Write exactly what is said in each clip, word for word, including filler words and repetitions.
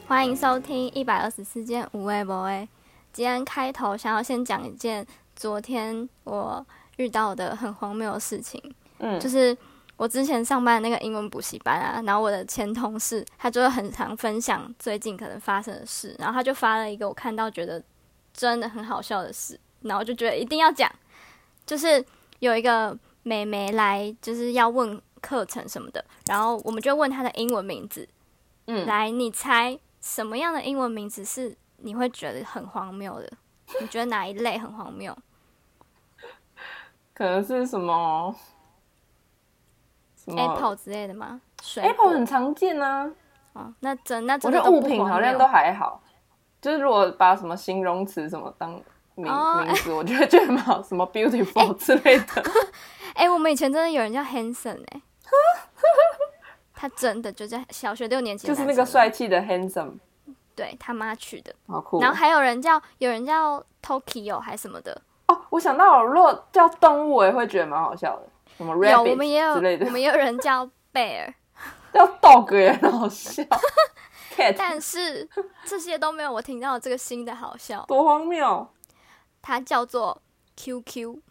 欢迎收听一百二十四件无谓不谓。今天开头想要先讲一件昨天我遇到的很荒谬的事情，嗯，就是我之前上班的那个英文补习班啊，然后我的前同事他就会很常分享最近可能发生的事，然后他就发了一个我看到觉得真的很好笑的事，然后我就觉得一定要讲，就是有一个妹妹来就是要问课程什么的，然后我们就问她的英文名字，嗯，来你猜什么样的英文名字是你会觉得很荒谬的？你觉得哪一类很荒谬？ 可能是什么什么 Apple 之类的吗？ Apple 很常见啊。 哦，那真那真的我觉得物品好像都还好，就是如果把什么形容词什么当名、哦、名字，我就会觉得蛮好，什么 beautiful 之类的。 哎、欸，我们以前真的有人叫 handsome 哎、欸，他真的就在小学六年级， 就是那个帅气的 handsome。 对他妈取的， 好酷。 然后还有人叫有人叫 Tokyo 还什么的。 哦，我想到了，如果叫动物，我也会觉得蛮好笑的，什么 rabbit 有我们也有之类的。 我们也有人叫 bear， 叫 dog 也很好笑。 但是这些都没有我听到的这个新的好笑。 多荒谬！ 它叫做 Q Q，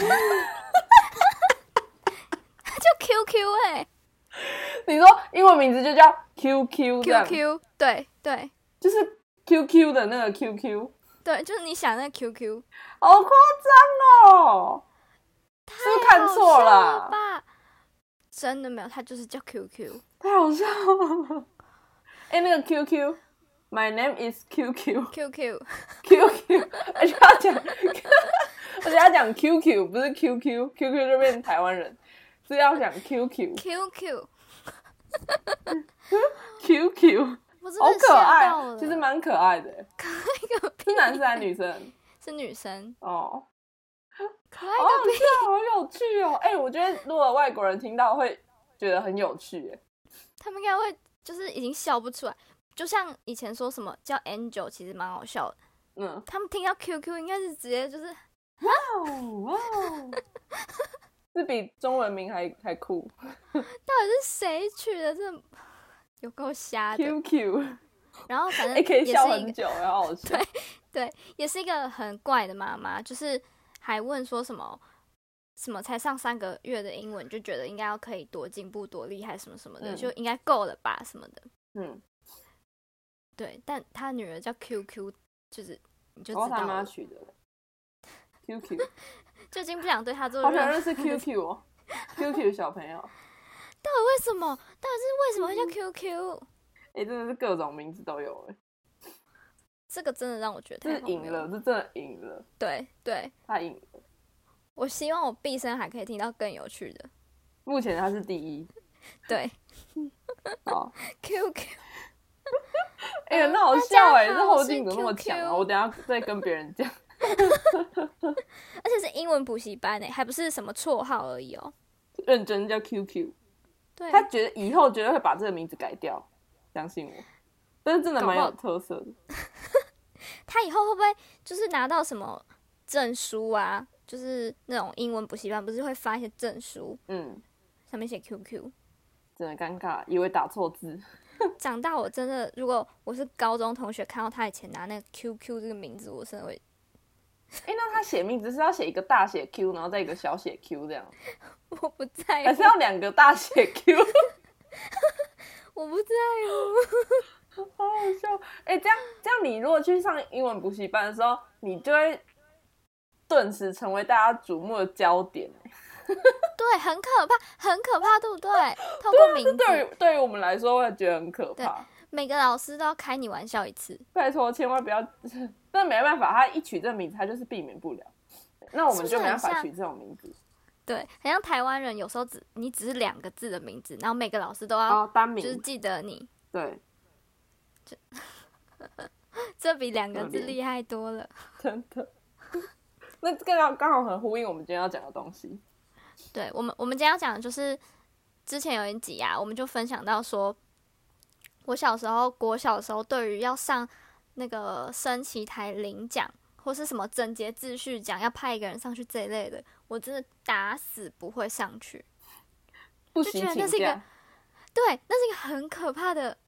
它叫 Q Q 哎、欸。 你说英文名字就叫 Q Q 这样 Q Q 对对， 就是 Q Q 的那个 Q Q， 对，就是你想那个 Q Q， 好夸张哦！是不是看错了吧？真的没有，他就是叫 Q Q， 太好笑了。哎、欸，那个 Q Q，My name is Q Q，Q Q Q， 而且他讲，而且他讲 Q Q 不是 Q Q，Q Q 就变台湾人，是要讲 Q Q，Q Q，Q Q， 好可爱，其实蛮可爱的。 可爱个屁！ 是男生还是女生？ 是女生哦。 可爱个屁， 好有趣哦！哎、欸，我觉得如果外国人听到会觉得很有趣，哎，他们应该会就是已经笑不出来。就像以前说什么叫 Angel， 其实蛮好笑的。嗯，他们听到 Q Q 应该是直接就是哇哦哇哦，是比中文名还还酷。 到底是谁取的？这有够瞎的 Q Q。 然后反正也、欸、可以笑很久，然后好笑。 对对，也是一个很怪的妈妈，就是还问说什么什么才上三个月的英文就觉得应该要可以多进步多厉害什么什么的、嗯、就应该够了吧什么的。嗯，对，但他女儿叫 Q Q， 就是你就知道了。 他妈取的 Q Q， 就已经不想对他做任何。好想认识 Q Q 哦，Q Q 小朋友。 到底为什么？到底是为什么会叫 Q Q？ 哎、欸，真的是各种名字都有哎。 这个真的让我觉得太这赢了，这真的赢了。 对对， 他赢了。 我希望我毕生还可以听到更有趣的。 目前他是第一。 对。 好。 Q Q。 哎呀，那好笑哎、欸，这后劲怎么那么强啊？我等一下再跟别人讲。 而且是英文补习班哎、欸，还不是什么绰号而已哦、喔。 认真叫 Q Q。 对。 他觉得以后绝对会把这个名字改掉，相信我。但是真的蛮有特色的。 他以后会不会就是拿到什么证书啊？就是那种英文补习班不是会发一些证书，嗯，上面写 Q Q， 真的尴尬，以为打错字。 长大我真的，如果我是高中同学，看到他以前拿那个 Q Q 这个名字，我真的会。 哎、欸，那他写名字是要写一个大写 Q， 然后再一个小写 Q 这样？ 我不在乎。 还是要两个大写 Q？ 我不在乎。 好好笑！哎、欸，这样这样，你如果去上英文补习班的时候，你就会顿时成为大家瞩目的焦点。 对，很可怕，很可怕，对不对？透过名字， 对于对于我们来说，会觉得很可怕。 每个老师都要开你玩笑一次。 拜托，千万不要！但没办法，他一取这个名字，他就是避免不了。那我们就没办法取这种名字。是是对，很像台湾人，有时候只你只是两个字的名字，然后每个老师都要、哦、 单名， 就是记得你。 对。 这比两个字厉害多了， 真的。那刚刚好很呼应我们今天要讲的东西。 对，我们我们今天要讲的就是之前有一集啊，我们就分享到说，我小时候国小的时候，对于要上那个升旗台领奖或是什么整洁秩序奖，要派一个人上去这一类的，我真的打死不会上去， 不行请假。 对，那是一个很可怕的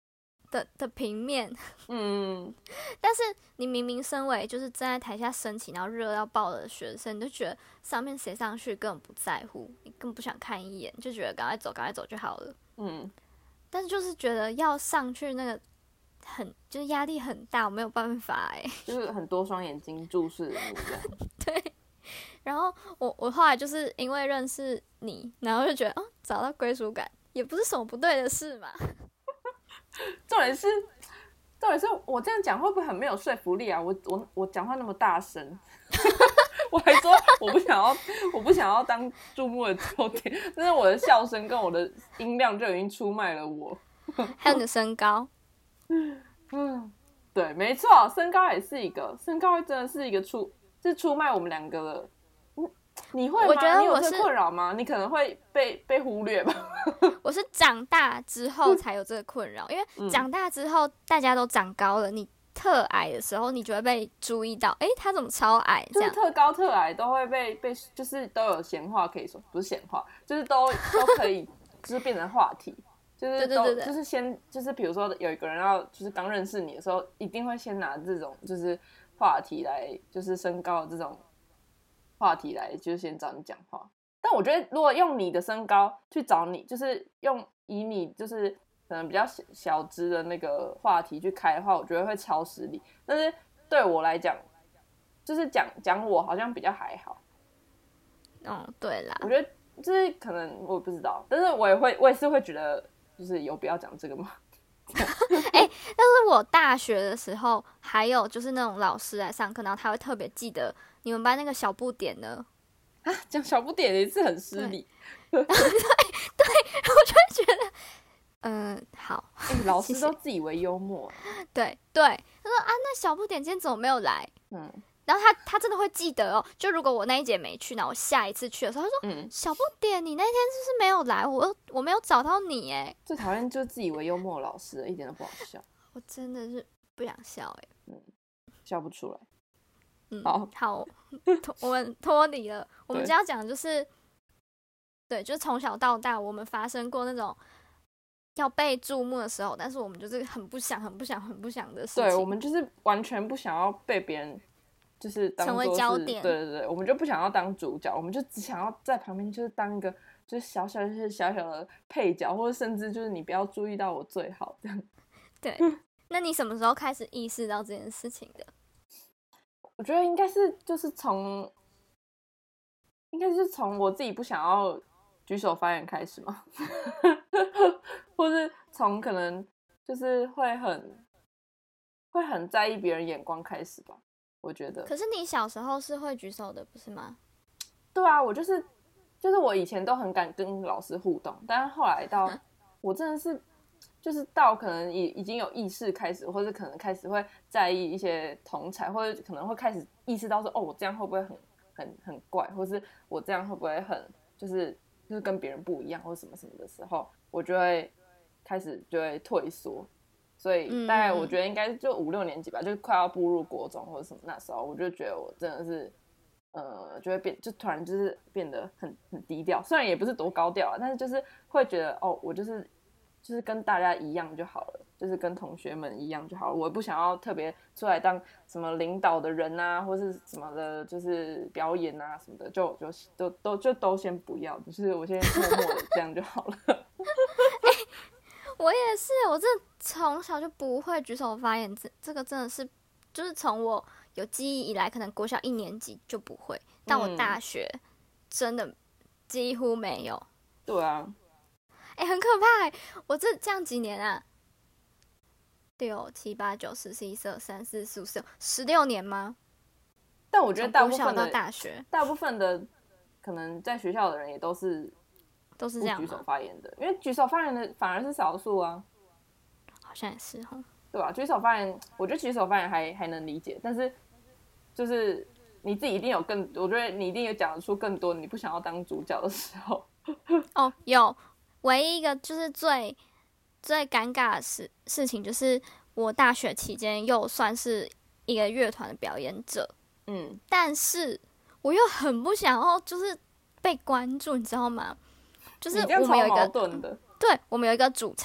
的的平面， 嗯， 但是你明明身为就是站在台下升旗，然后热到爆的学生，你就觉得上面谁上去根本不在乎，你根本不想看一眼，就觉得赶快走，赶快走就好了。 嗯， 但是就是觉得要上去那个很就是压力很大，我没有办法哎、欸， 就是很多双眼睛注视着你这样。 对。然后我我后来就是因为认识你，然后就觉得哦，找到归属感也不是什么不对的事嘛。 重点是，重点是我这样讲会不会很没有说服力啊？我我我讲话那么大声，我还说我不想要，我不想要当注目的焦点，但是我的笑声跟我的音量就已经出卖了我。 还有你的身高， 嗯，对，没错，身高也是一个，身高真的是一个出，是出卖我们两个的。你会吗？ 我觉得你有我是这个困扰吗？你可能会被被忽略吧。 我是长大之后才有这个困扰，因为长大之后大家都长高了，你特矮的时候，你就会被注意到，哎、欸，他怎么超矮？这样就是特高特矮都会被被，就是都有闲话可以说，不是闲话，就是都都可以，就是变成话题。就是都对对对对就是先就是比如说有一个人要就是刚认识你的时候，一定会先拿这种就是话题来，就是身高的这种话题来，就是先找你讲话。但我觉得如果用你的身高去找你，就是用以你就是可能比较小只的那个话题去开的话，我觉得会超失礼。但是对我来讲，就是讲讲我好像比较还好。 嗯，对啦， 我觉得就是可能我不知道，但是我也会我也是会觉得，就是有必要讲这个吗？ 哎、欸，但是我大学的时候，还有就是那种老师来上课，然后他会特别记得你们班那个小不点呢。 啊，讲小不点也是很失礼。 对对，对，我就会觉得，嗯、呃，好， 欸、老师都自以为幽默。 对对，他说啊，那小不点今天怎么没有来？嗯。然后他他真的会记得哦，就如果我那一节没去，那我下一次去的时候，他说：“嗯、小不点，你那天是不是没有来？我我没有找到你哎。” 最讨厌就是自以为幽默的老师，一点都不好笑。 我真的是不想笑哎， 嗯，笑不出来。 嗯，好，好，我们脱离了。我们今天要讲的就是，对，就是从小到大，我们发生过那种要被注目的时候，但是我们就是很不想、很不想、很不想的事情。 对，我们就是完全不想要被别人。就是当作是成为焦点， 对对对，我们就不想要当主角，我们就只想要在旁边，就是当一个就是小小就是小小的配角，或者甚至就是你不要注意到我最好这样。 对，那你什么时候开始意识到这件事情的？ 我觉得应该是就是从，应该是从我自己不想要举手发言开始嘛，或是从可能就是会很会很在意别人眼光开始吧。我觉得， 可是你小时候是会举手的，不是吗？ 对啊，我就是就是我以前都很敢跟老师互动，但是后来到我真的是就是到可能已已经有意识开始，或者可能开始会在意一些同侪，或者可能会开始意识到说，哦，我这样会不会很很很怪，或是我这样会不会很就是就是跟别人不一样，或什么什么的时候，我就会开始就会退缩。所以大概我觉得应该就五六年级吧，就快要步入国中或者什么那时候，我就觉得我真的是，呃，就会变，就突然就是变得很很低调，虽然也不是多高调啊，但是就是会觉得哦，我就是就是跟大家一样就好了，就是跟同学们一样就好了，我也不想要特别出来当什么领导的人啊，或是什么的，就是表演啊什么的，就就都都就都先不要，就是我先默默的这样就好了。 我也是，我这从小就不会举手发言，这这个真的是，就是从我有记忆以来，可能国小一年级就不会，但我大学真的几乎没有。 对啊， 哎、欸，很可怕欸！我这这样几年啊，六七八九十十一十二三四四五十六十六年吗？ 但我觉得大部分的从国小到大学， 大部分的可能在学校的人也都是。 都是这样举手发言的，因为举手发言的反而是少数啊， 好像也是哈， 对吧？举手发言，我觉得举手发言还还能理解，但是就是你自己一定有更，我觉得你一定有讲得出更多你不想要当主角的时候。 哦，有，唯一一个就是最最尴尬的事事情，就是我大学期间又算是一个乐团的表演者，嗯，但是我又很不想要就是被关注，你知道吗？就是我们有一个， 对， 我们有一个主唱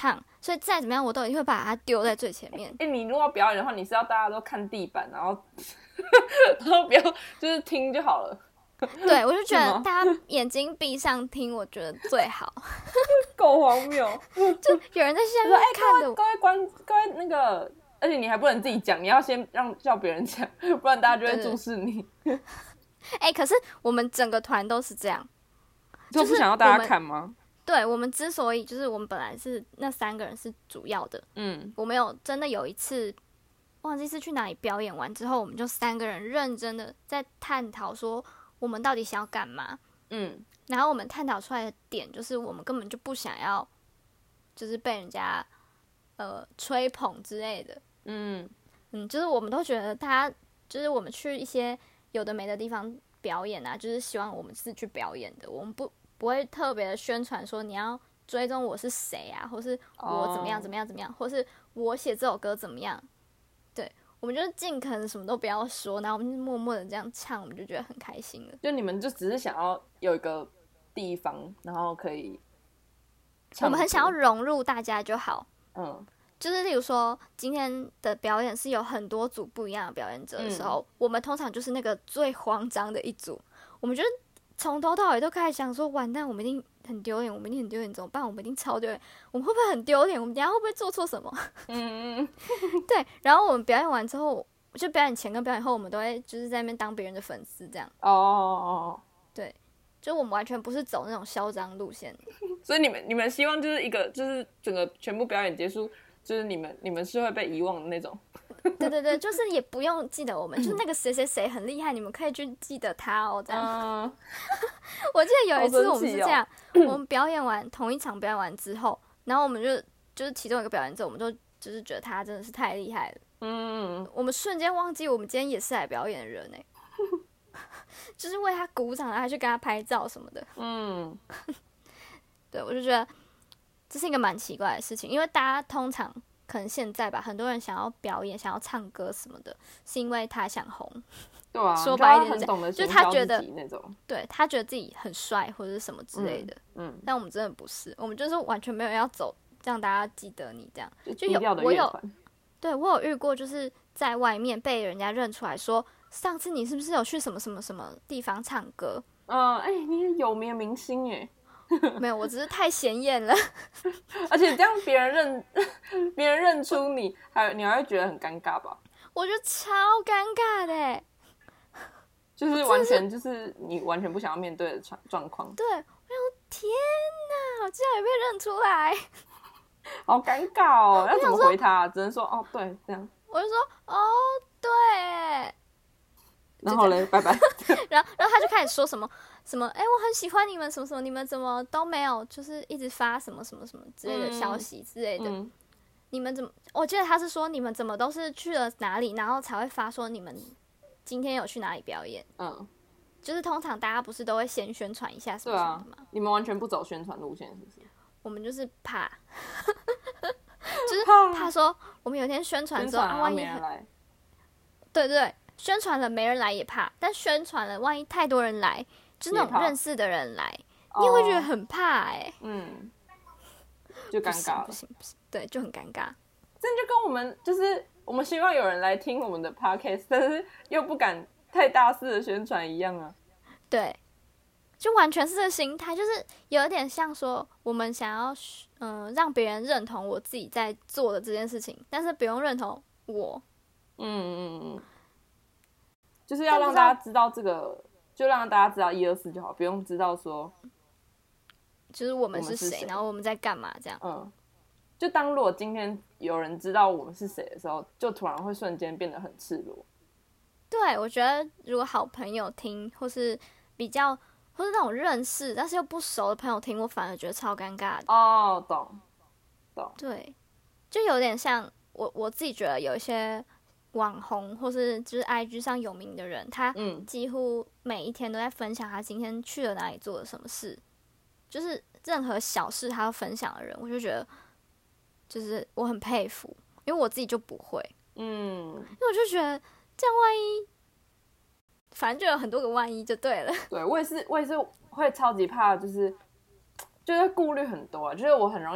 所以再怎么样我都一定会把它丢在最前面。 哎、欸，你如果表演的话，你是要大家都看地板，然后然后不要就是听就好了。 对，我就觉得大家眼睛闭上听，我觉得最好。 够荒谬！ 就有人在下面看的， 各位观各位那个，而且你还不能自己讲，你要先让叫别人讲，不然大家就会注视你。 哎、欸，可是我们整个团都是这样， 就不想要大家看吗？ 对，我们之所以就是我们本来是那三个人是主要的，嗯，我们有真的有一次忘记是去哪里表演完之后，我们就三个人认真的在探讨说我们到底想要干嘛，嗯，然后我们探讨出来的点就是我们根本就不想要，就是被人家呃吹捧之类的，嗯嗯，就是我们都觉得大家就是我们去一些有的没的地方表演啊，就是希望我们是去表演的，我们不不会特别的宣传说你要追踪我是谁啊，或是我怎么样怎么样怎么样， oh. 或是我写这首歌怎么样，对，我们就尽可能什么都不要说，然后我们就默默的这样唱，我们就觉得很开心了。 就你们就只是想要有一个地方，然后可以唱歌， 我们很想要融入大家就好，嗯，就是例如说今天的表演是有很多组不一样的表演者的时候，嗯，我们通常就是那个最慌张的一组，我们就从头到尾都开始想说，完蛋，我们一定很丢脸，我们一定很丢脸，怎么办？我们一定超丢脸，我们会不会很丢脸？我们等一下会不会做错什么？嗯嗯，对。然后我们表演完之后，就表演前跟表演后，我们都会就是在那边当别人的粉丝这样。哦哦哦，对，就我们完全不是走那种嚣张路线。 所以你们你们希望就是一个就是整个全部表演结束，就是你们你们是会被遗忘的那种。 对对对，就是也不用记得我们，就是那个谁谁谁很厉害，你们可以去记得他哦，这样。Uh, 我记得有一次我们是这样，哦，我们表演完同一场表演完之后，然后我们就就是其中一个表演者，我们就就是觉得他真的是太厉害了，嗯，我们瞬间忘记我们今天也是来表演的人哎，就是为他鼓掌，然后还去跟他拍照什么的，嗯，对，我就觉得这是一个蛮奇怪的事情，因为大家通常。可能现在吧，很多人想要表演、想要唱歌什么的，是因为他想红。 对啊， 说白一点是这样， 就是他觉得那种，对他觉得自己很帅或者是什么之类的。嗯，嗯但我们真的不是，我们就是完全没有要走让大家记得你这样。 就有我有， 对我有遇过，就是在外面被人家认出来说，上次你是不是有去什么什么什么地方唱歌？ 嗯，哎、欸，你是有名的明星哎。 没有，我只是太显眼了， 而且这样别人认别人认出你，还有你还会觉得很尴尬吧？ 我觉得超尴尬的， 就是完全就是你完全不想要面对的状况。 对，我想天哪，我竟然也被认出来， 好尴尬哦！要怎么回他、啊？只能说哦，对，这样。 我就说哦，对。 然后嘞，拜拜。 然后，然后他就开始说什么什么，哎、欸，我很喜欢你们，什么什么，你们怎么都没有，就是一直发什么什么什么之类的消息之类的。嗯、你们怎么？我记得他是说你们怎么都是去了哪里，然后才会发说你们今天有去哪里表演。嗯，就是通常大家不是都会先宣传一下什么什么的吗？ 啊、你们完全不走宣传路线，是不是？ 我们就是怕，就是怕说我们有一天宣传之后，啊，万一没人来， 对对对。宣传了没人来也怕，但宣传了万一太多人来，就是那种认识的人来，你也会觉得很怕哎、欸， 嗯，就尴尬了， 不行不行，对，就很尴尬。 这就跟我们就是我们希望有人来听我们的 podcast， 但是又不敢太大肆的宣传一样啊。 对，就完全是这个心态，就是有点像说我们想要嗯、呃、让别人认同我自己在做的这件事情，但是不用认同我。嗯嗯嗯。就是要让大家知道这个，就让大家知道一二四就好，不用知道说， 就是我们是谁，然后我们在干嘛这样。 嗯，就当如果今天有人知道我们是谁的时候，就突然会瞬间变得很赤裸。 对，我觉得如果好朋友听，或是比较，或是那种认识但是又不熟的朋友听，我反而觉得超尴尬的。 哦，懂，懂。 对，就有点像我我自己觉得有一些。网红或是就是 I G 上有名的人，他几乎每一天都在分享他今天去了哪里做了什么事，就是任何小事他要分享的人，我就觉得就是我很佩服，因为我自己就不会，嗯，因为我就觉得这样万一，反正就有很多个万一就对了。 对，我也是，我也是会超级怕，就是就是顾虑很多、啊，就是我很容易。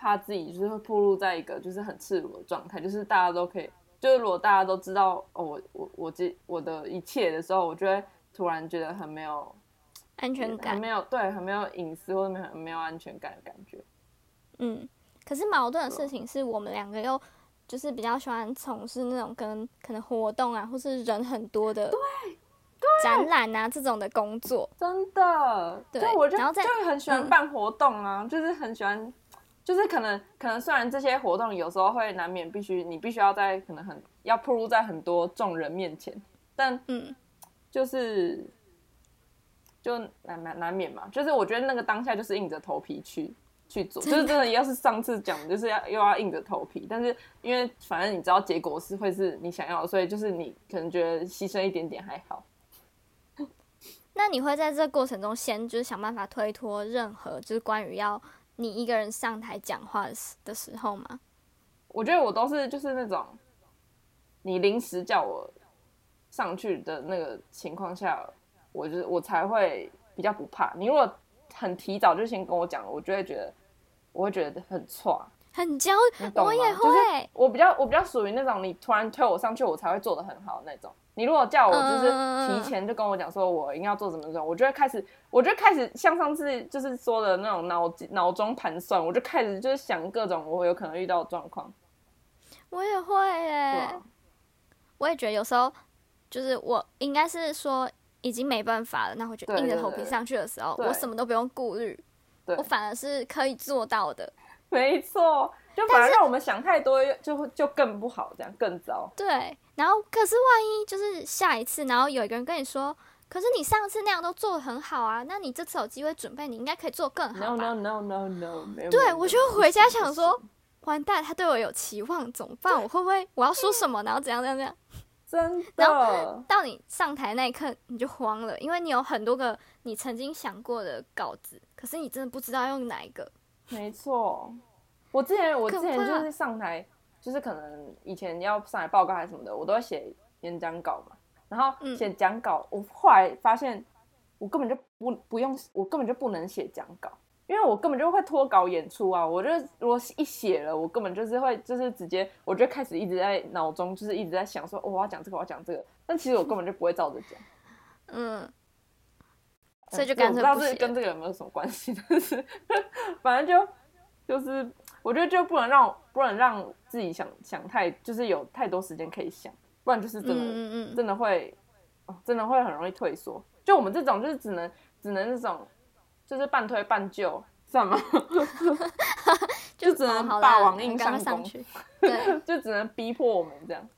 怕自己就是会暴露在一个就是很赤裸的状态，就是大家都可以，就是如果大家都知道哦我我我这我的一切的时候，我就会突然觉得很没有安全感， 很没有对，很没有隐私或者很没有安全感的感觉。 嗯，可是矛盾的事情是我们两个又就是比较喜欢从事那种跟可能活动啊，或是人很多的展览啊这种的工作。 真的， 对， 就我就然后再就很喜欢办活动啊，嗯、就是很喜欢，就是可能可能虽然这些活动有时候会难免必须你必须要在可能很要暴露在很多众人面前，但嗯，就是就难难难免嘛，就是我觉得那个当下就是硬着头皮去。去做，就是真的，要是上次讲，就是要又要硬着头皮，但是因为反正你知道结果是会是你想要的，所以就是你可能觉得牺牲一点点还好。 那你会在这个过程中先就是想办法推脱任何就是关于要你一个人上台讲话的时候吗？ 我觉得我都是就是那种你临时叫我上去的那个情况下，我就我才会比较不怕。你如果很提早就先跟我讲，我就会觉得，我会觉得很挫， 很焦， 我也会。 就是我比较，我比较属于那种你突然推我上去，我才会做得很好的那种。你如果叫我就是提前就跟我讲说我应该要做什么什么，我就会开始，我就开始像上次就是说的那种脑脑中盘算，我就开始就是想各种我有可能遇到的状况。 我也会耶、啊，我也觉得有时候就是我应该是说。已经没办法了，那我就硬着头皮上去的时候，我什么都不用顾虑，我反而是可以做到的。 没错，就反而让我们想太多，就就更不好，这样更糟。 对，然后可是万一就是下一次，然后有一个人跟你说，可是你上次那样都做得很好啊，那你这次有机会准备，你应该可以做更好吧 ？No no no no no， 没有。 对，我就回家想说，完蛋，他对我有期望，怎么办？我会不会我要说什么，然后怎样怎样怎样？ 真的， 然后到你上台那一刻，你就慌了，因为你有很多个你曾经想过的稿子，可是你真的不知道用哪一个。 没错，我之前我之前就是上台，就是可能以前要上台报告还是什么的，我都会写演讲稿嘛。然后写讲稿，嗯、我后来发现我根本就不不用，我根本就不能写讲稿。因为我根本就会脱稿演出啊！我就如果一写了，我根本就是会，就是直接，我就开始一直在脑中，就是一直在想说，哦，我要讲这个，我要讲这个。但其实我根本就不会照着讲。 嗯，所以就干脆不写。 我不知道这跟这个有没有什么关系，但是反正就就是，我觉得就不能让不能让自己想想太，就是有太多时间可以想，不然就是真的、嗯嗯、真的会、哦，真的会很容易退缩。就我们这种，就是只能只能那种。就是半推半就，算吗？就只能霸王硬上弓，对，就只能逼迫我们这样。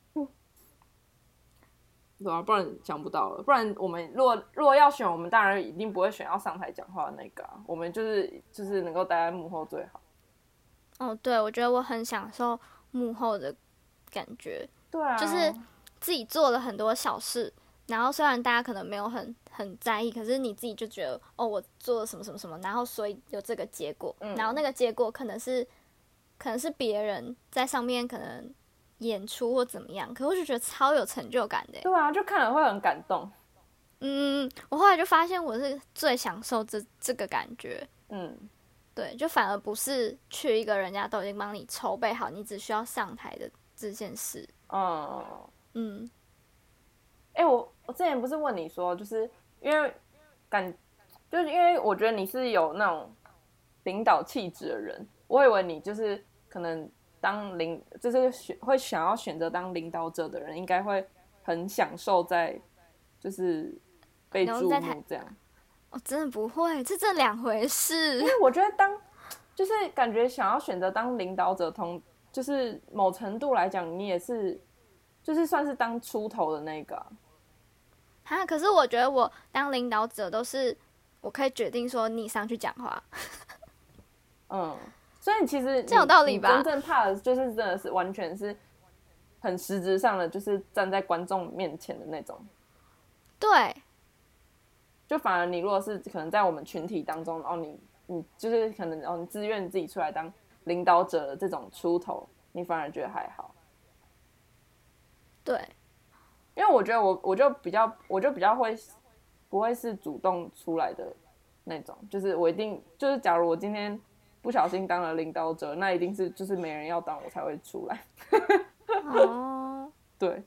对啊，不然想不到了。不然我们如果如果要选，我们当然一定不会选要上台讲话的那个、啊。我们就是就是能够待在幕后最好。 哦，对，我觉得我很享受幕后的感觉。 对啊， 就是自己做了很多小事。然后虽然大家可能没有很很在意，可是你自己就觉得哦，我做了什么什么什么，然后所以有这个结果，嗯、然后那个结果可能是可能是别人在上面可能演出或怎么样，可是我就觉得超有成就感的。 对啊，就看了会很感动。 嗯，我后来就发现我是最享受这这个感觉。嗯，对，就反而不是去一个人家都已经帮你筹备好，你只需要上台的这件事。嗯嗯。 哎、欸，我我之前不是问你说，就是因为感，就是因为我觉得你是有那种领导气质的人，我以为你就是可能当领，就是选会想要选择当领导者的人，应该会很享受在就是被注目这样。 哦，真的不会，这这两回事。 因为我觉得当就是感觉想要选择当领导者，同就是某程度来讲，你也是就是算是当出头的那个、啊。 哈，可是我觉得我当领导者都是我可以决定说你上去讲话。 嗯，所以其实这有道理吧？ 真正怕的就是真的是完全是很实质上的，就是站在观众面前的那种。 对， 就反而你如果是可能在我们群体当中，然后你你就是可能哦你自愿自己出来当领导者的这种出头，你反而觉得还好。 对。 因为我觉得我我就比较我就比较会不会是主动出来的那种，就是我一定就是假如我今天不不小心当了领导者，那一定是就是没人要当我才会出来。 哦， 对，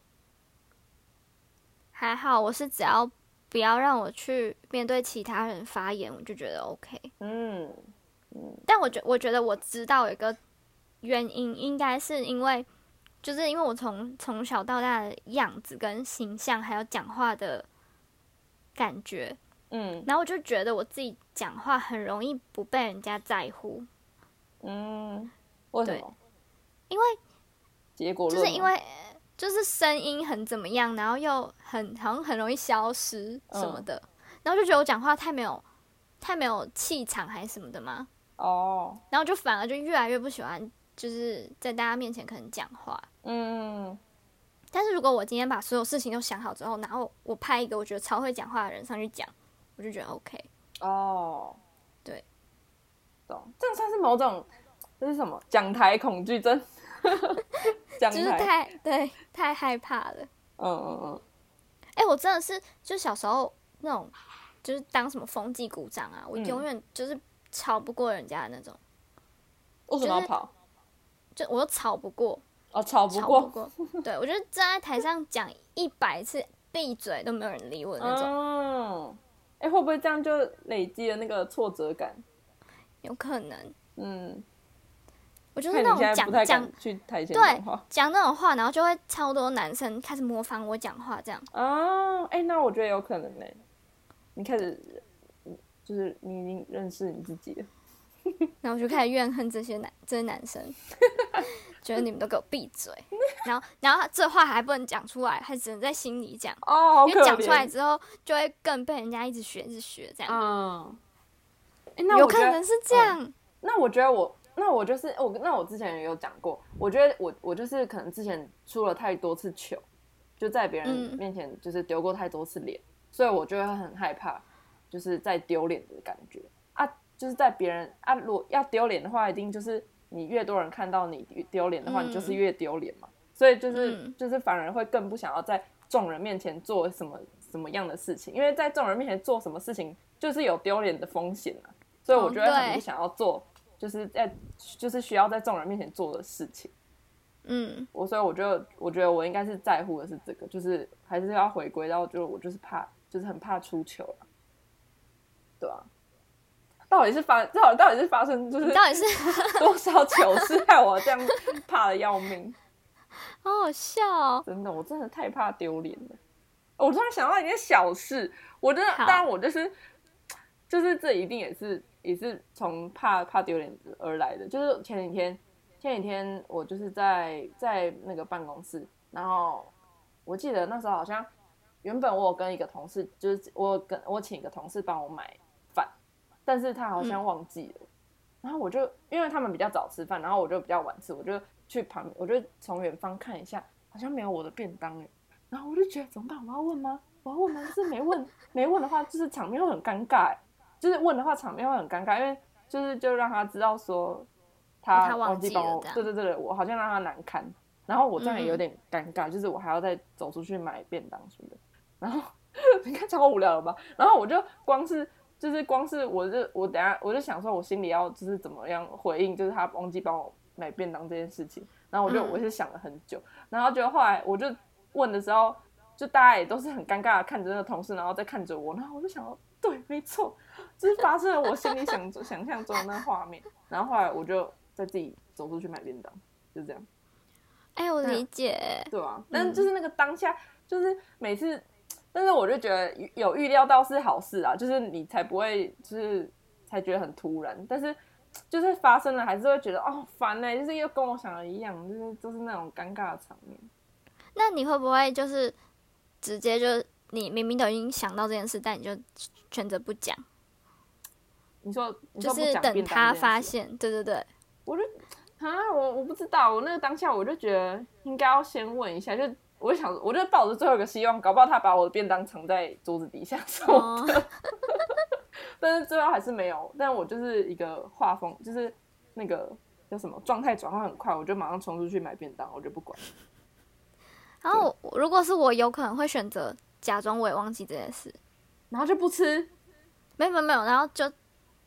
还好我是只要不要让我去面对其他人发言，我就觉得 OK。 嗯嗯， 但我觉我觉得我知道有一个原因，应该是因为就是因为我从从小到大的样子跟形象，还有讲话的感觉，嗯，然后我就觉得我自己讲话很容易不被人家在乎。 嗯，为什么？ 因为结果就是因为就是声音很怎么样，然后又很好像很容易消失什么的，嗯、然后就觉得我讲话太没有太没有气场还是什么的嘛。哦，然后就反而就越来越不喜欢，就是在大家面前可能讲话。嗯，但是如果我今天把所有事情都想好之后，然后我派一个我觉得超会讲话的人上去讲，我就觉得 OK。哦，对， 懂，这样算是某种这是什么讲台恐惧症？ 就是太对太害怕了。嗯嗯嗯。哎、欸，我真的是就小时候那种，就是当什么风纪股长啊，我永远就是吵不过人家的那种。 为什么要跑？ 就我都吵不过。 哦，吵不过。 吵不过。对，我就站在台上讲一百次闭嘴都没有人理我的那种。嗯。 哎、欸，会不会这样就累积了那个挫折感？ 有可能。嗯。我就是那种讲讲去台前对讲那种话，然后就会超多男生开始模仿我讲话，这样。 哦，哎、欸，那我觉得有可能呢。你开始就是你已经认识你自己了， 然后我就开始怨恨这些男这些男生，觉得你们都给我闭嘴。然后然后这话还不能讲出来，还只能在心里讲。 哦，好可怜。 因为讲出来之后，就会更被人家一直学一直学这样。嗯。 欸、那有可能是这样。 嗯、那我觉得我。那我就是我，那我之前也有讲过，我觉得我我就是可能之前出了太多次糗，就在别人面前就是丢过太多次脸，嗯、所以我就会很害怕，就是在丢脸的感觉啊，就是在别人啊，如果要丢脸的话，一定就是你越多人看到你丢脸的话，嗯、你就是越丢脸嘛，所以就是、嗯、就是反而会更不想要在众人面前做什么什么样的事情，因为在众人面前做什么事情就是有丢脸的风险啊，所以我觉得很不想要做。就是在就是需要在众人面前做的事情，嗯，我所以我就我觉得我应该是在乎的是这个，就是还是要回归到就我就是怕就是很怕出糗了，对啊，到底是发到底到底是发生就是到底是多少糗事害我这样怕的要命， 好好笑哦！ 真的，我真的太怕丢脸了。我突然想到一件小事，我真的当然我就是就是这一定也是。也是从怕怕丢脸而来的，就是前几天前几天我就是在在那个办公室，然后我记得那时候好像原本我有跟一个同事，就是我跟我请一个同事帮我买饭，但是他好像忘记了，嗯、然后我就因为他们比较早吃饭，然后我就比较晚吃，我就去旁边，我就从远方看一下，好像没有我的便当哎，然后我就觉得怎么办？我要问吗？我要问吗？就是没问没问的话，就是场面会很尴尬哎。就是问的话，场面会很尴尬，因为就是就让他知道说他忘记帮我，对对对，我好像让他难堪，然后我这样也有点尴尬，嗯、就是我还要再走出去买便当什么的，然后你看超无聊了吧？然后我就光是就是光是我就我等一下我就想说，我心里要就是怎么样回应，就是他忘记帮我买便当这件事情，然后我就、嗯、我是想了很久，然后就后来我就问的时候，就大家也都是很尴尬的看着那个同事，然后再看着我，然后我就想说，对，没错。就是发生了我心里想想象中的那画面，然后后来我就再自己走出去买便当，就这样。 哎、欸，我理解， 对啊，但是就是那个当下，就是每次，但是我就觉得有预料到是好事啊，就是你才不会，就是才觉得很突然，但是就是发生了，还是会觉得哦烦哎、欸，就是又跟我想的一样，就是就是那种尴尬的场面。 那你会不会就是直接就你明明都已经想到这件事，但你就选择不讲？ 你说，你说就是等他发现，对对对， 我就啊，我我不知道，我那个当下我就觉得应该要先问一下，就我就想，我就抱着最后一个希望，搞不好他把我的便当藏在桌子底下什么的，哦、但是最后还是没有。但我就是一个画风，就是那个叫什么状态转换很快，我就马上冲出去买便当，我就不管。 然后如果是我，有可能会选择假装我也忘记这件事， 然后就不吃。 没有没有没有，然后就。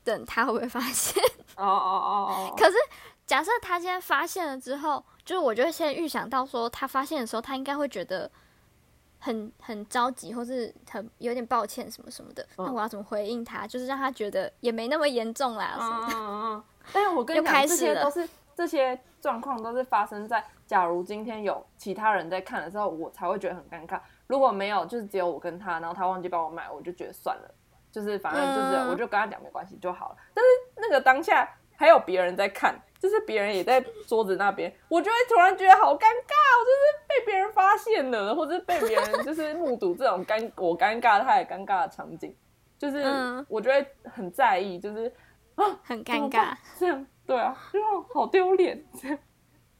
等他会不会发现。 哦哦哦哦。 可是假设他现在发现了之后，就是我就会先预想到说，他发现的时候，他应该会觉得很很着急，或是很有点抱歉什么什么的。嗯、那我要怎么回应他？就是让他觉得也没那么严重啦。什么的。 嗯嗯嗯。但是我跟你讲，这些都是这些状况都是发生在假如今天有其他人在看的时候，我才会觉得很尴尬。如果没有，就是只有我跟他，然后他忘记帮我买，我就觉得算了，就是反正就是、嗯、我就跟他讲没关系就好了。但是那个当下还有别人在看，就是别人也在桌子那边，我就会突然觉得好尴尬，我就是被别人发现了，或者被别人就是目睹这种尴我尴尬他也尴尬的场景，就是我就会很在意，就是啊很尴尬， 这样对啊，就好丢脸，这样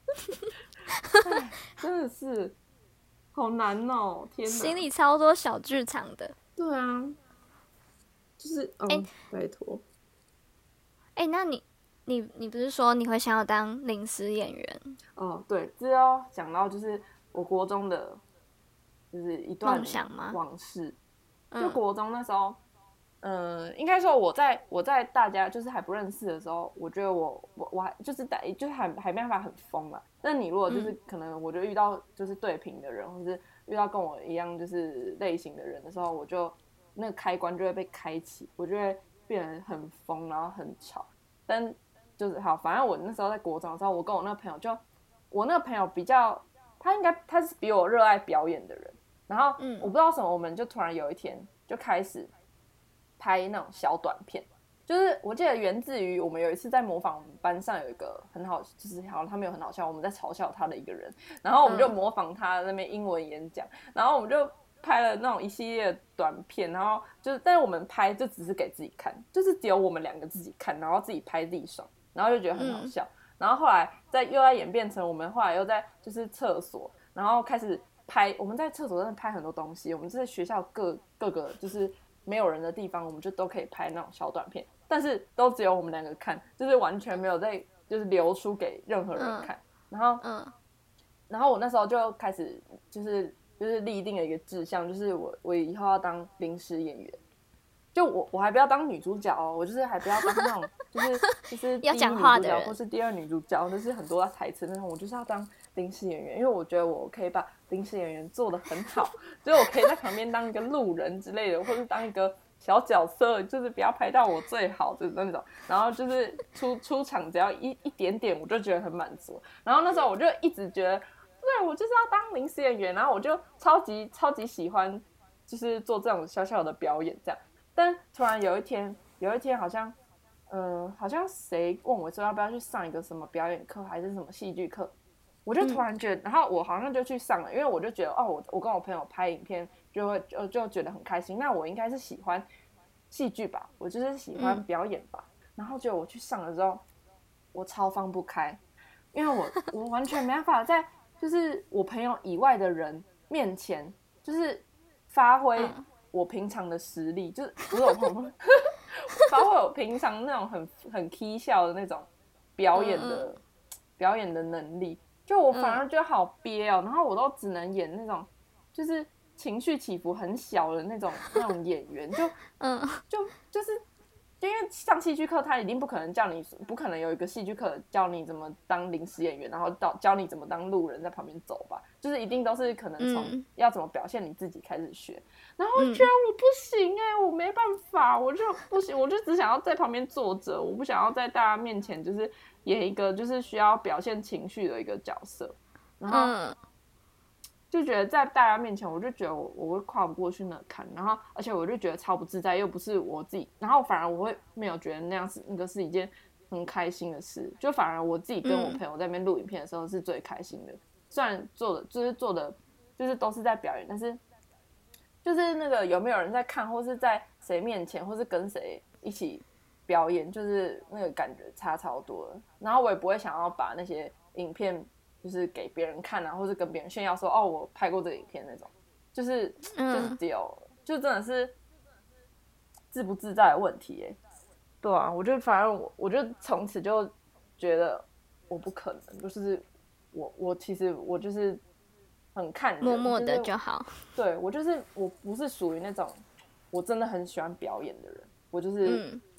真的是好难哦，天哪， 心里超多小剧场的。 对啊，就是嗯，欸、拜托， 哎、欸，那你你你不是说你会想要当临时演员？ 哦，对，这要讲到就是我国中的，就是一段梦想吗？ 往事。就国中那时候，嗯、呃，应该说我在我在大家就是还不认识的时候，我觉得我我我还就是在就是还还没办法很疯嘛。那你如果就是可能我就遇到就是对频的人，或是遇到跟我一样就是类型的人的时候，我就那个开关就会被开启，我就会变得很疯，然后很吵。但就是好，反正我那时候在国中的时候，我跟我那个朋友就，我那个朋友比较，他应该他是比我热爱表演的人，然后我不知道什么，我们就突然有一天就开始拍那种小短片，就是我记得源自于我们有一次在模仿班上有一个很好，就是好像他没有很好笑，我们在嘲笑他的一个人，然后我们就模仿他那边英文演讲，然后我们就拍了那种一系列的短片，然后就是，但是我们拍就只是给自己看，就是只有我们两个自己看，然后自己拍自己爽，然后就觉得很好笑。嗯、然后后来在又在演变成我们后来又在就是厕所，然后开始拍，我们在厕所真的拍很多东西，我们在学校各各个就是没有人的地方，我们就都可以拍那种小短片，但是都只有我们两个看，就是完全没有在就是流出给任何人看。嗯、然后，嗯，然后我那时候就开始就是。就是立定了一个志向，就是我我以后要当临时演员，就我我还不要当女主角哦，我就是还不要当那种就是就是第一女主角或是第二女主角，就是很多台词那种，我就是要当临时演员，因为我觉得我可以把临时演员做得很好，就是我可以在旁边当一个路人之类的，或是当一个小角色，就是不要拍到我最好的那种，然后就是出出场只要一一点点，我就觉得很满足。然后那时候我就一直觉得。对，我就是要当临时演员，然后我就超级超级喜欢，就是做这种小小的表演这样。但突然有一天，有一天好像，嗯、呃，好像谁问我说要不要去上一个什么表演课，还是什么戏剧课，我就突然觉得，嗯、然后我好像就去上了，因为我就觉得，哦，我我跟我朋友拍影片就会就就觉得很开心，那我应该是喜欢戏剧吧，我就是喜欢表演吧。嗯、然后结果我去上了之后，我超放不开，因为我我完全没办法在。就是我朋友以外的人面前，就是发挥我平常的实力，嗯、就是不是我朋友发挥我平常那种很很 key 笑的那种表演的、嗯、表演的能力，就我反而觉得好憋哦，嗯、然后我都只能演那种就是情绪起伏很小的那种那种演员，就嗯就就是。因为上戏剧课，他一定不可能叫你，不可能有一个戏剧课教你怎么当临时演员，然后到教你怎么当路人在旁边走吧，就是一定都是可能从要怎么表现你自己开始学。然后我觉得我不行哎、欸，我没办法，我就不行，我就只想要在旁边坐着，我不想要在大家面前就是演一个就是需要表现情绪的一个角色，然后。就觉得在大家面前，我就觉得我我会跨不过去那坎，然后而且我就觉得超不自在，又不是我自己，然后反而我会没有觉得那样是那个是一件很开心的事，就反而我自己跟我朋友在那边录影片的时候是最开心的，嗯、虽然做的就是做的就是都是在表演，但是就是那个有没有人在看，或是在谁面前，或是跟谁一起表演，就是那个感觉差超多了，然后我也不会想要把那些影片。就是给别人看啊，或是跟别人炫耀说哦，我拍过这个影片那种，就是就是只有、嗯、就真的是自不自在的问题耶。对啊，我就反正我我就从此就觉得我不可能，就是我我其实我就是很看人， 默默的就好。 就是、对我就是我不是属于那种我真的很喜欢表演的人，我就是、嗯、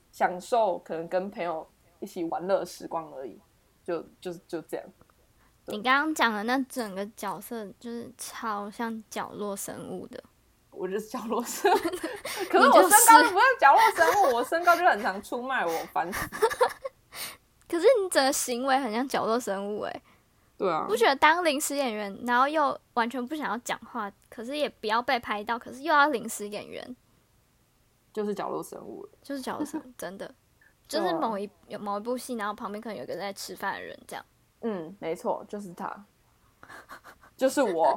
享受可能跟朋友一起玩乐的时光而已，就就就这样。 你刚刚讲的那整个角色就是超像角落生物的。 我就是角落生物，可是我身高就不是角落生物，我身高就很常出卖我，烦死。 可是你整个行为很像角落生物哎、欸。 对啊， 不觉得当临时演员，然后又完全不想要讲话，可是也不要被拍到，可是又要临时演员， 就是角落生物了， 就是角落生物，真的，就是某一有某一部戏，然后旁边可能有一个在吃饭的人，这样。 嗯，没错，就是他，就是我。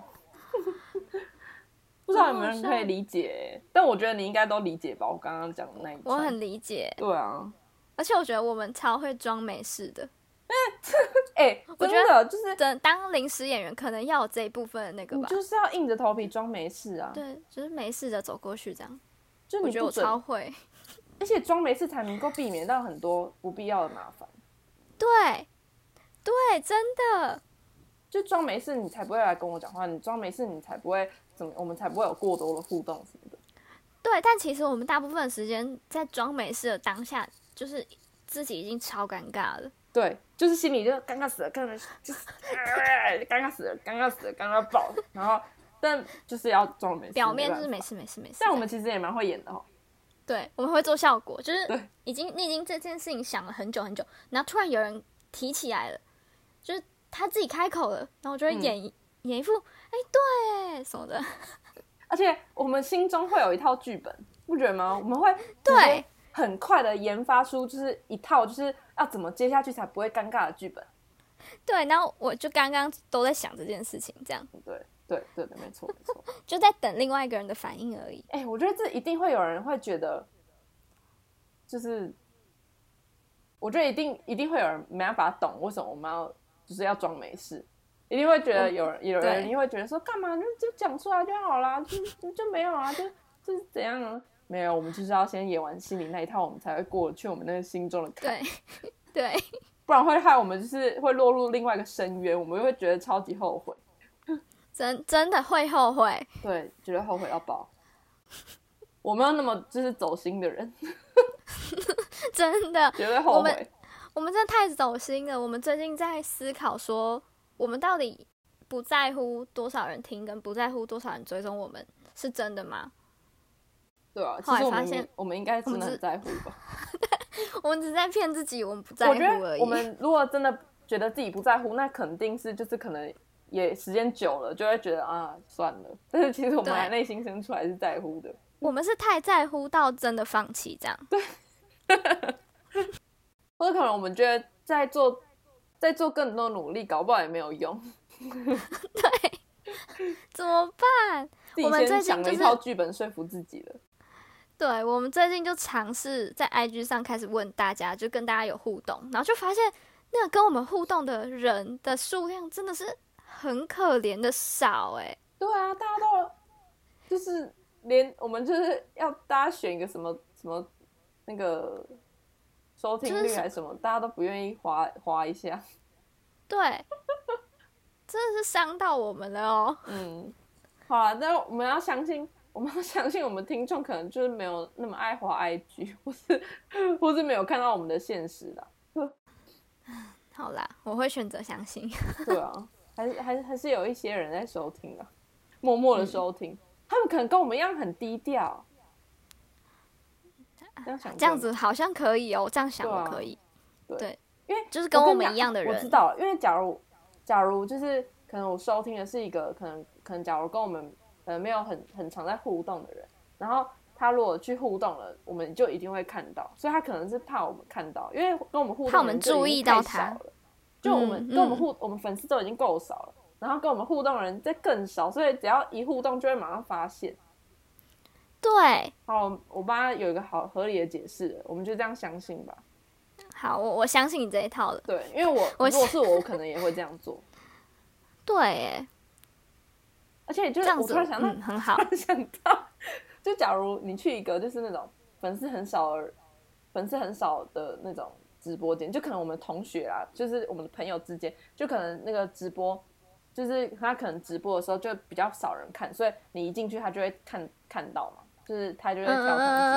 不知道有没有人可以理解、欸，但我觉得你应该都理解吧？我刚刚讲的那一段， 我很理解。 对啊， 而且我觉得我们超会装没事的。 哎、欸， 我觉得就是等当临时演员，可能要有这一部分的那个吧， 你就是要硬着头皮装没事啊。 对，就是没事的走过去这样。 就你我觉得我超会， 而且装没事才能够避免到很多不必要的麻烦。 对，对，真的。 就装没事，你才不会来跟我讲话；你装没事，你才不会怎么，我们才不会有过多的互动什么的。 对，但其实我们大部分的时间在装没事的当下，就是自己已经超尴尬了。 对，就是心里就尴尬死了，尴尬就是、呃、尴尬死了，尴尬死了，尴尬爆了。然后，但就是要装没事， 表面就是没事没事没事。 但我们其实也蛮会演的哦。 对，我们会做效果，就是已经你已经这件事情想了很久很久，然后突然有人提起来了，就是他自己开口了，然后我就会演、嗯、演一副哎对哎什么的。 而且我们心中会有一套剧本，不觉得吗？我们会对很快的研发出就是一套就是要怎么接下去才不会尴尬的剧本。 对，然后我就刚刚都在想这件事情，这样。 对对对的，没错没错， 就在等另外一个人的反应而已。 哎、欸，我觉得这一定会有人会觉得，就是我觉得一定一定会有人没办法懂为什么我们要就是要装没事。一定会觉得有人有人一定会觉得说干嘛就讲出来就好啦，就就没有啊，就就是怎样啊？没有，我们就是要先演完心里那一套，我们才会过去我们那个心中的坎。 对对， 不然会害我们就是会落入另外一个深渊，我们会觉得超级后悔。 真真的会后悔， 对，觉得后悔到爆。我没有那么就是走心的人， 真的绝对后悔。 我们我们真的太走心了。我们最近在思考说，我们到底不在乎多少人听，跟不在乎多少人追踪我们，是真的吗？ 对啊， 后来发现我们应该真的很在乎吧。 我们只是在骗自己，我们不在乎而已。 我觉得我们如果真的觉得自己不在乎，那肯定是就是可能也时间久了就会觉得啊算了。但是其实我们还内心深处还是在乎的。 我们是太在乎到真的放弃这样。 对。或者可能我们觉得在做在做更多努力，搞不好也没有用。 对，怎么办？ 我们最近想了一套剧本说服自己了。 对，我们最近就尝试在 I G 上开始问大家，就跟大家有互动，然后就发现那个跟我们互动的人的数量真的是很可怜的少哎、欸。 对啊，大家都就是连我们就是要大家选一个什么什么那个收听率还是什么，就是、大家都不愿意滑滑一下。 对，真的是伤到我们了哦。 嗯，好啦，但我们要相信。我们要相信我们听众可能就是没有那么爱滑 I G， 或是或是没有看到我们的现实啦。 好啦，我会选择相信。 对啊，还是还是还是有一些人在收听啊，默默的收听、嗯，他们可能跟我们一样很低调。这样想， 这样子好像可以哦，这样想我可以。 对， 对， 因为就是跟我们一样的人。 我知道了，因为假如假如就是可能我收听的是一个可能可能假如跟我们。呃，没有很很常在互动的人，然后他如果去互动了，我们就一定会看到，所以他可能是怕我们看到，因为跟我们互动的人就已经太少了，就我们、嗯、跟我们互、嗯、我们粉丝都已经够少了，然后跟我们互动的人再更少，所以只要一互动就会马上发现。 对， 好，我帮他有一个好合理的解释，我们就这样相信吧。 好，我我相信你这一套了。 对，因为我我如果是我，我可能也会这样做。 对耶。 而且就是我突然想到、 嗯，很好。 想到，就假如你去一个就是那种粉丝很少的、粉丝很少的那种直播间，就可能我们同学啊，就是我们的朋友之间，就可能那个直播，就是他可能直播的时候就比较少人看，所以你一进去他就会看看到嘛，就是他就会跳上去。 嗯嗯嗯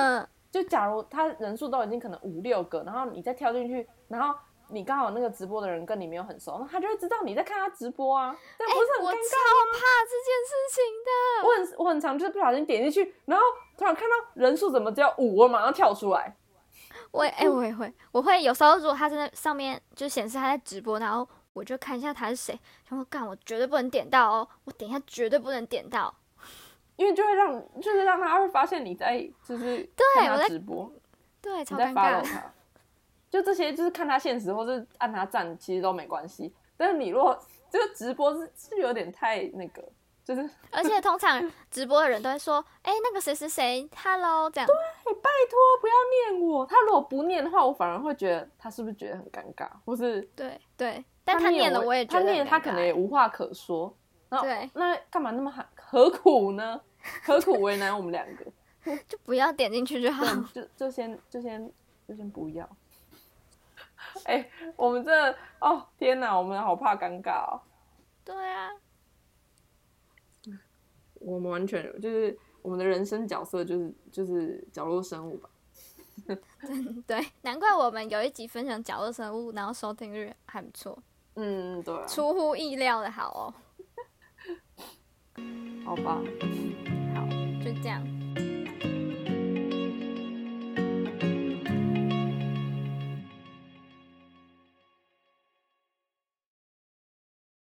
就假如他人数都已经可能五六个，然后你再跳进去，然后你刚好那个直播的人跟你没有很熟，那他就会知道你在看他直播啊，这不是很尴尬吗？ 欸、我超怕这件事情的。 我很我很常就是不小心点进去，然后突然看到人数怎么只有五，我马上跳出来。 我哎、欸，我也会，我会有时候如果他在那上面就显示他在直播，然后我就看一下他是谁，然后干我绝对不能点到哦，我点一下绝对不能点到， 因为就会让就是让他会发现你在就是看他直播， 对，超尴尬。 他就这些就是看他现实或是按他赞，其实都没关系。但是你如果这个直播是是有点太那个。就是， 而且通常直播的人都会说：“哎、欸，那个谁谁谁 ，Hello， 这样。” 对，拜托不要念我。他如果不念的话，我反而会觉得他是不是觉得很尴尬，或是对对。但他念了，我也觉得他念他可能也无话可说。然后对， 那干嘛那么何苦呢？何苦为难我们两个？ 就不要点进去就好。 就就先就先就先不要。哎、欸，我们真的哦天哪，我们好怕尴尬哦。 对啊。 我们完全就是我们的人生角色就是就是角落生物吧。 对，难怪我们有一集分享角落生物，然后收听率还不错。 嗯，对、啊， 出乎意料的好哦。 好吧， 好，就这样。